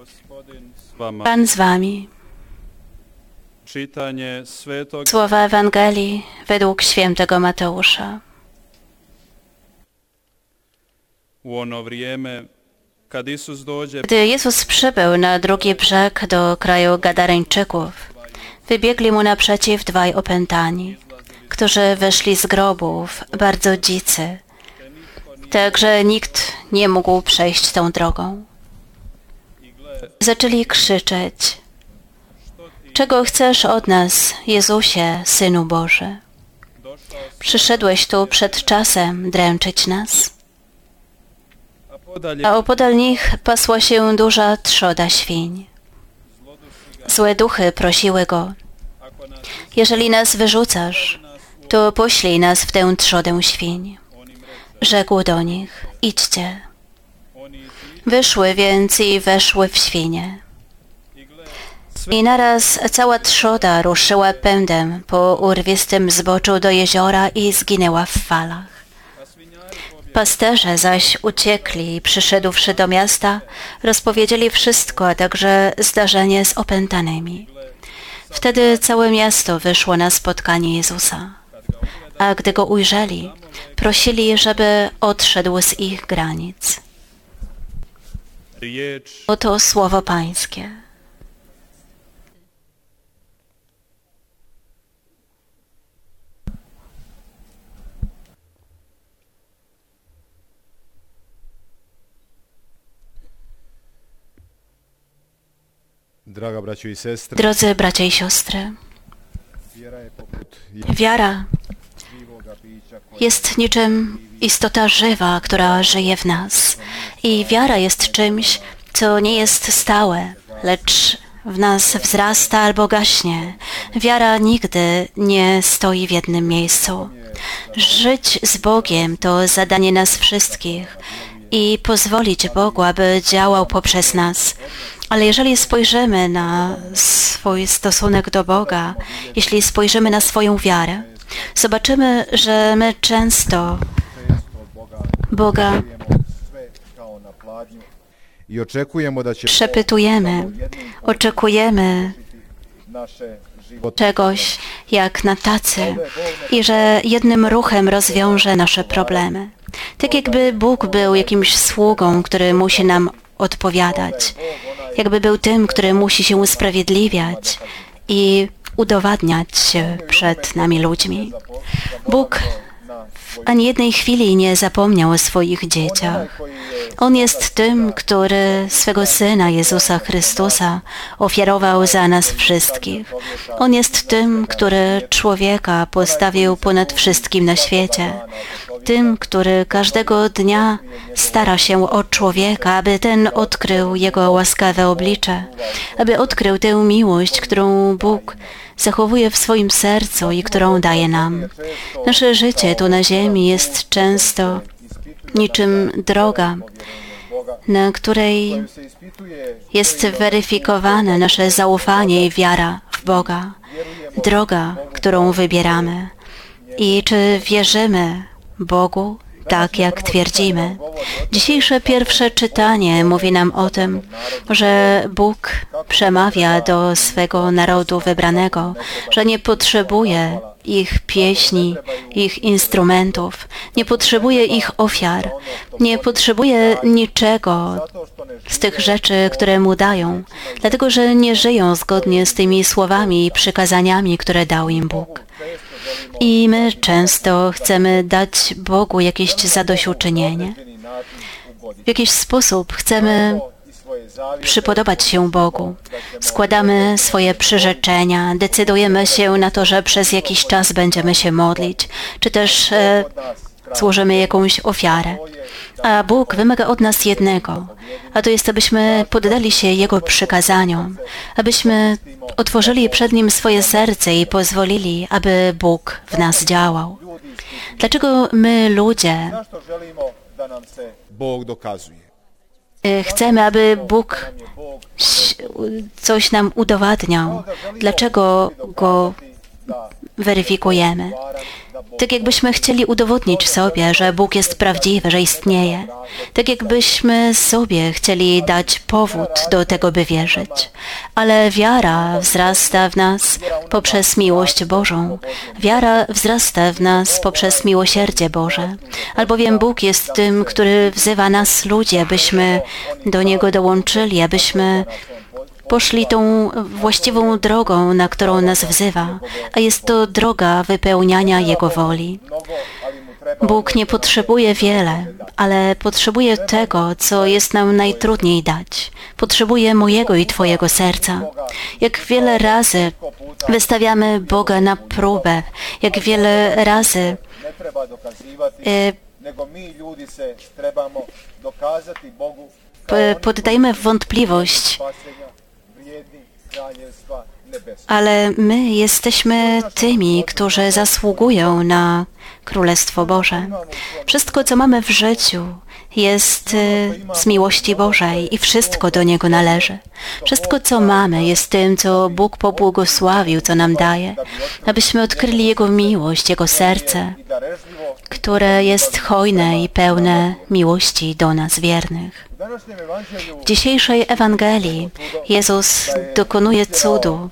Pan z wami. Słowa Ewangelii według świętego Mateusza. Gdy Jezus przybył na drugi brzeg do kraju Gadareńczyków, wybiegli mu naprzeciw dwaj opętani, którzy wyszli z grobów, bardzo dzicy, tak że nikt nie mógł przejść tą drogą. Zaczęli krzyczeć: czego chcesz od nas, Jezusie, Synu Boży? Przyszedłeś tu przed czasem dręczyć nas? A opodal nich pasła się duża trzoda świń. Złe duchy prosiły go: jeżeli nas wyrzucasz, to poślij nas w tę trzodę świń. Rzekł do nich: idźcie. Wyszły więc i weszły w świnie. I naraz cała trzoda ruszyła pędem po urwistym zboczu do jeziora i zginęła w falach. Pasterze zaś uciekli i przyszedłszy do miasta, rozpowiedzieli wszystko, a także zdarzenie z opętanymi. Wtedy całe miasto wyszło na spotkanie Jezusa. A gdy Go ujrzeli, prosili, żeby odszedł z ich granic. Oto słowo Pańskie. Drodzy bracia i siostry, wiara jest niczym istota żywa, która żyje w nas. I wiara jest czymś, co nie jest stałe, lecz w nas wzrasta albo gaśnie. Wiara nigdy nie stoi w jednym miejscu. Żyć z Bogiem to zadanie nas wszystkich i pozwolić Bogu, aby działał poprzez nas. Ale jeżeli spojrzymy na swój stosunek do Boga, jeśli spojrzymy na swoją wiarę, zobaczymy, że my często Boga przepytujemy, oczekujemy czegoś jak na tacy i że jednym ruchem rozwiąże nasze problemy. Tak jakby Bóg był jakimś sługą, który musi nam odpowiadać. Jakby był tym, który musi się usprawiedliwiać i udowadniać się przed nami ludźmi. Bóg ani jednej chwili nie zapomniał o swoich dzieciach. On jest tym, który swego Syna Jezusa Chrystusa ofiarował za nas wszystkich. On jest tym, który człowieka postawił ponad wszystkim na świecie. Tym, który każdego dnia stara się o człowieka, aby ten odkrył jego łaskawe oblicze, aby odkrył tę miłość, którą Bóg zachowuje w swoim sercu i którą daje nam. Nasze życie tu na ziemi jest często niczym droga, na której jest weryfikowane nasze zaufanie i wiara w Boga. Droga, którą wybieramy. I czy wierzymy Bogu tak, jak twierdzimy? Dzisiejsze pierwsze czytanie mówi nam o tym, że Bóg przemawia do swego narodu wybranego, że nie potrzebuje ich pieśni, ich instrumentów, nie potrzebuje ich ofiar, nie potrzebuje niczego z tych rzeczy, które Mu dają, dlatego że nie żyją zgodnie z tymi słowami i przykazaniami, które dał im Bóg. I my często chcemy dać Bogu jakieś zadośćuczynienie. W jakiś sposób chcemy przypodobać się Bogu. Składamy swoje przyrzeczenia, decydujemy się na to, że przez jakiś czas będziemy się modlić, czy też złożymy jakąś ofiarę. A Bóg wymaga od nas jednego, a to jest, abyśmy poddali się Jego przykazaniom, abyśmy otworzyli przed Nim swoje serce i pozwolili, aby Bóg w nas działał. Dlaczego my, ludzie, chcemy, aby Bóg coś nam udowadniał? Dlaczego Go weryfikujemy? Tak jakbyśmy chcieli udowodnić sobie, że Bóg jest prawdziwy, że istnieje. Tak jakbyśmy sobie chcieli dać powód do tego, by wierzyć. Ale wiara wzrasta w nas poprzez miłość Bożą. Wiara wzrasta w nas poprzez miłosierdzie Boże. Albowiem Bóg jest tym, który wzywa nas, ludzi, abyśmy do Niego dołączyli, abyśmy poszli tą właściwą drogą, na którą nas wzywa, a jest to droga wypełniania Jego woli. Bóg nie potrzebuje wiele, ale potrzebuje tego, co jest nam najtrudniej dać. Potrzebuje mojego i Twojego serca. Jak wiele razy wystawiamy Boga na próbę, jak wiele razy poddajemy w wątpliwość, ale my jesteśmy tymi, którzy zasługują na Królestwo Boże. Wszystko, co mamy w życiu, jest z miłości Bożej i wszystko do Niego należy. Wszystko, co mamy, jest tym, co Bóg pobłogosławił, co nam daje, abyśmy odkryli Jego miłość, Jego serce, które jest hojne i pełne miłości do nas wiernych. W dzisiejszej Ewangelii Jezus dokonuje cudu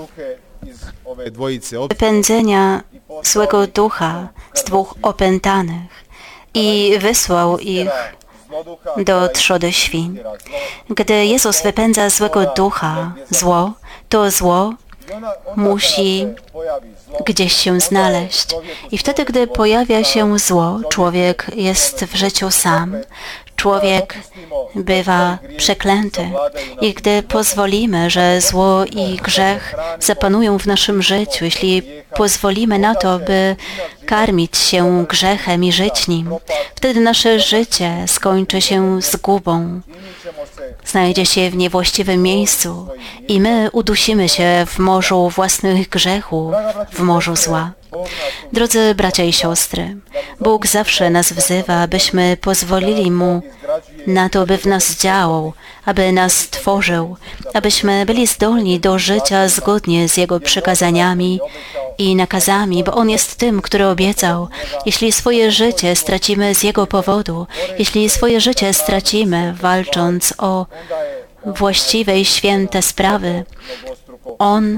wypędzenia złego ducha z dwóch opętanych i wysłał ich do trzody świń. Gdy Jezus wypędza złego ducha, to zło musi gdzieś się znaleźć. I wtedy, gdy pojawia się zło, człowiek jest w życiu sam. Człowiek bywa przeklęty. I gdy pozwolimy, że zło i grzech zapanują w naszym życiu, jeśli pozwolimy na to, by karmić się grzechem i żyć nim, wtedy nasze życie skończy się zgubą. Znajdzie się w niewłaściwym miejscu i my udusimy się w morzu własnych grzechów, w morzu zła. Drodzy bracia i siostry, Bóg zawsze nas wzywa, abyśmy pozwolili Mu na to, by w nas działał, aby nas tworzył, abyśmy byli zdolni do życia zgodnie z Jego przykazaniami i nakazami, bo On jest tym, który obiecał, jeśli swoje życie stracimy z Jego powodu, jeśli swoje życie stracimy walcząc o właściwe i święte sprawy, On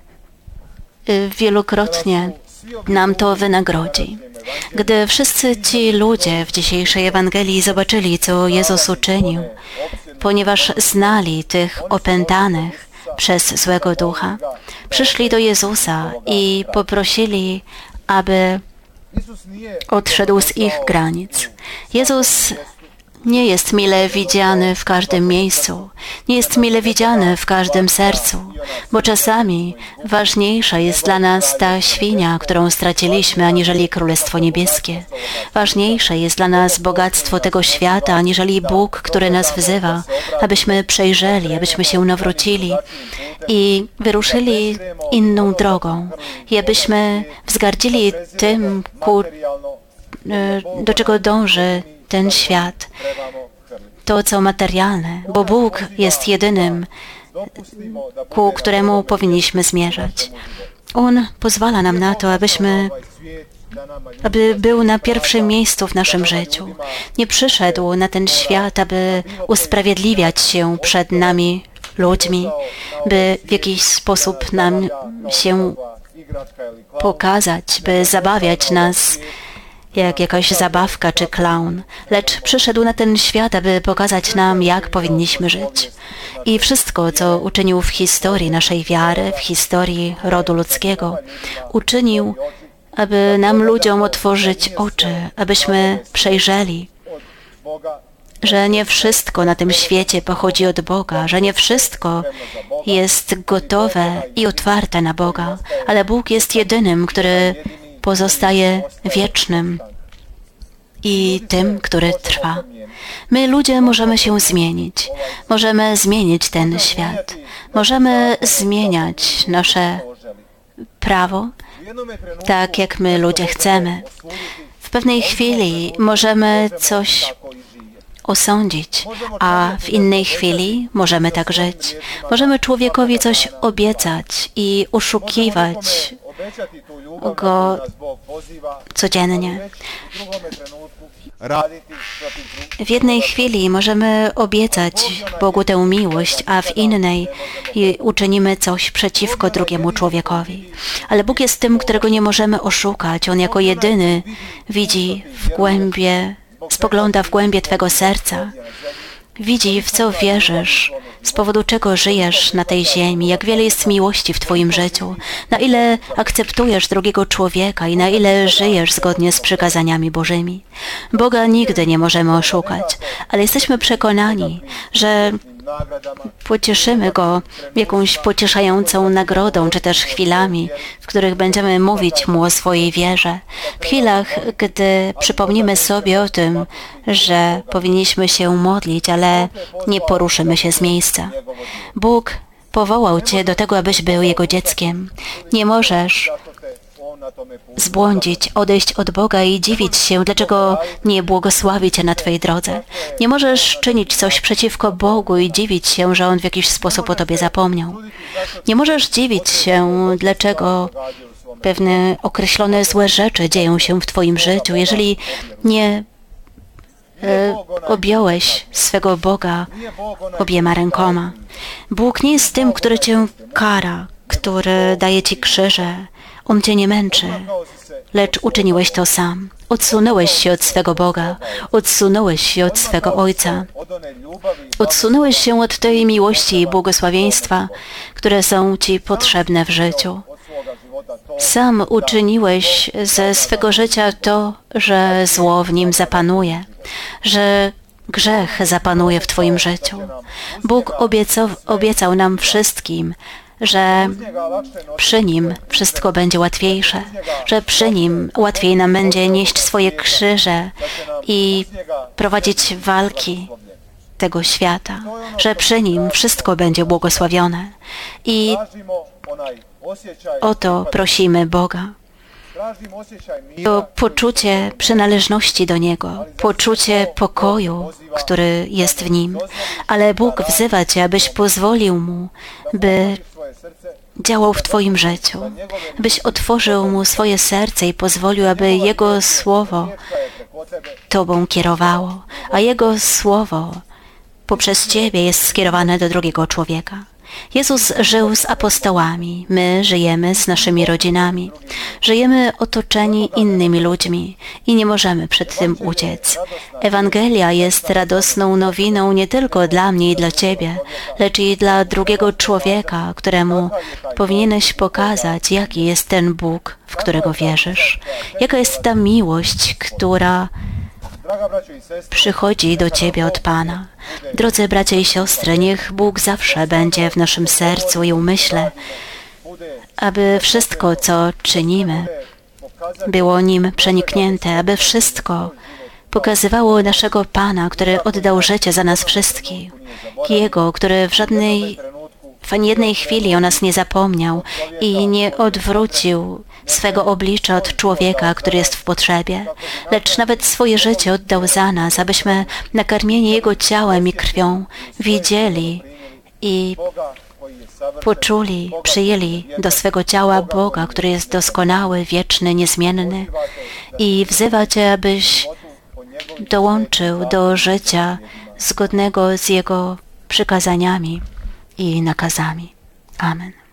wielokrotnie nam to wynagrodzi. Gdy wszyscy ci ludzie w dzisiejszej Ewangelii zobaczyli, co Jezus uczynił, ponieważ znali tych opętanych przez złego ducha, przyszli do Jezusa i poprosili, aby odszedł z ich granic. Jezus nie jest mile widziany w każdym miejscu, nie jest mile widziany w każdym sercu, bo czasami ważniejsza jest dla nas ta świnia, którą straciliśmy, aniżeli Królestwo Niebieskie. Ważniejsze jest dla nas bogactwo tego świata, aniżeli Bóg, który nas wzywa, abyśmy przejrzeli, abyśmy się nawrócili i wyruszyli inną drogą i abyśmy wzgardzili tym, do czego dąży ten świat, to co materialne, bo Bóg jest jedynym, ku któremu powinniśmy zmierzać. On pozwala nam na to, aby był na pierwszym miejscu w naszym życiu. Nie przyszedł na ten świat, aby usprawiedliwiać się przed nami, ludźmi, by w jakiś sposób nam się pokazać, by zabawiać nas jak jakaś zabawka czy klaun, lecz przyszedł na ten świat, aby pokazać nam, jak powinniśmy żyć. I wszystko, co uczynił w historii naszej wiary, w historii rodu ludzkiego, uczynił, aby nam ludziom otworzyć oczy, abyśmy przejrzeli, że nie wszystko na tym świecie pochodzi od Boga, że nie wszystko jest gotowe i otwarte na Boga, ale Bóg jest jedynym, który pozostaje wiecznym i tym, który trwa. My, ludzie, możemy się zmienić. Możemy zmienić ten świat. Możemy zmieniać nasze prawo tak, jak my, ludzie, chcemy. W pewnej chwili możemy coś osądzić, a w innej chwili możemy tak żyć. Możemy człowiekowi coś obiecać i oszukiwać Go codziennie. W jednej chwili możemy obiecać Bogu tę miłość, a w innej uczynimy coś przeciwko drugiemu człowiekowi. Ale Bóg jest tym, którego nie możemy oszukać. On jako jedyny widzi w głębie, spogląda w głębie Twego serca. Widzi, w co wierzysz, z powodu czego żyjesz na tej ziemi, jak wiele jest miłości w Twoim życiu, na ile akceptujesz drugiego człowieka i na ile żyjesz zgodnie z przykazaniami Bożymi. Boga nigdy nie możemy oszukać, ale jesteśmy przekonani, że pocieszymy Go jakąś pocieszającą nagrodą, czy też chwilami, w których będziemy mówić Mu o swojej wierze. W chwilach, gdy przypomnimy sobie o tym, że powinniśmy się modlić, ale nie poruszymy się z miejsca. Bóg powołał Cię do tego, abyś był Jego dzieckiem. Nie możesz zbłądzić, odejść od Boga i dziwić się, dlaczego nie błogosławi Cię na Twojej drodze. Nie możesz czynić coś przeciwko Bogu i dziwić się, że On w jakiś sposób o Tobie zapomniał. Nie możesz dziwić się, dlaczego pewne określone złe rzeczy dzieją się w Twoim życiu, jeżeli nie objąłeś swego Boga obiema rękoma. Bóg nie jest tym, który Cię kara, który daje Ci krzyże. On Cię nie męczy, lecz uczyniłeś to sam. Odsunąłeś się od swego Boga, odsunąłeś się od swego Ojca. Odsunąłeś się od tej miłości i błogosławieństwa, które są Ci potrzebne w życiu. Sam uczyniłeś ze swego życia to, że zło w nim zapanuje, że grzech zapanuje w Twoim życiu. Bóg obiecał nam wszystkim, że przy Nim wszystko będzie łatwiejsze, że przy Nim łatwiej nam będzie nieść swoje krzyże i prowadzić walki tego świata, że przy Nim wszystko będzie błogosławione. I o to prosimy Boga. To poczucie przynależności do Niego, poczucie pokoju, który jest w Nim. Ale Bóg wzywa Cię, abyś pozwolił Mu, by działał w Twoim życiu, byś otworzył Mu swoje serce i pozwolił, aby Jego Słowo Tobą kierowało, a Jego Słowo poprzez Ciebie jest skierowane do drugiego człowieka. Jezus żył z apostołami, my żyjemy z naszymi rodzinami. Żyjemy otoczeni innymi ludźmi i nie możemy przed tym uciec. Ewangelia jest radosną nowiną nie tylko dla mnie i dla Ciebie, lecz i dla drugiego człowieka, któremu powinieneś pokazać, jaki jest ten Bóg, w którego wierzysz. Jaka jest ta miłość, która przychodzi do Ciebie od Pana. Drodzy bracia i siostry, niech Bóg zawsze będzie w naszym sercu i umyśle, aby wszystko, co czynimy, było Nim przeniknięte, aby wszystko pokazywało naszego Pana, który oddał życie za nas wszystkich, Jego, który w ani jednej chwili o nas nie zapomniał i nie odwrócił swego oblicza od człowieka, który jest w potrzebie, lecz nawet swoje życie oddał za nas, abyśmy nakarmieni Jego ciałem i krwią widzieli i poczuli, przyjęli do swego ciała Boga, który jest doskonały, wieczny, niezmienny i wzywa Cię, abyś dołączył do życia zgodnego z Jego przykazaniami i nakazami. Amen.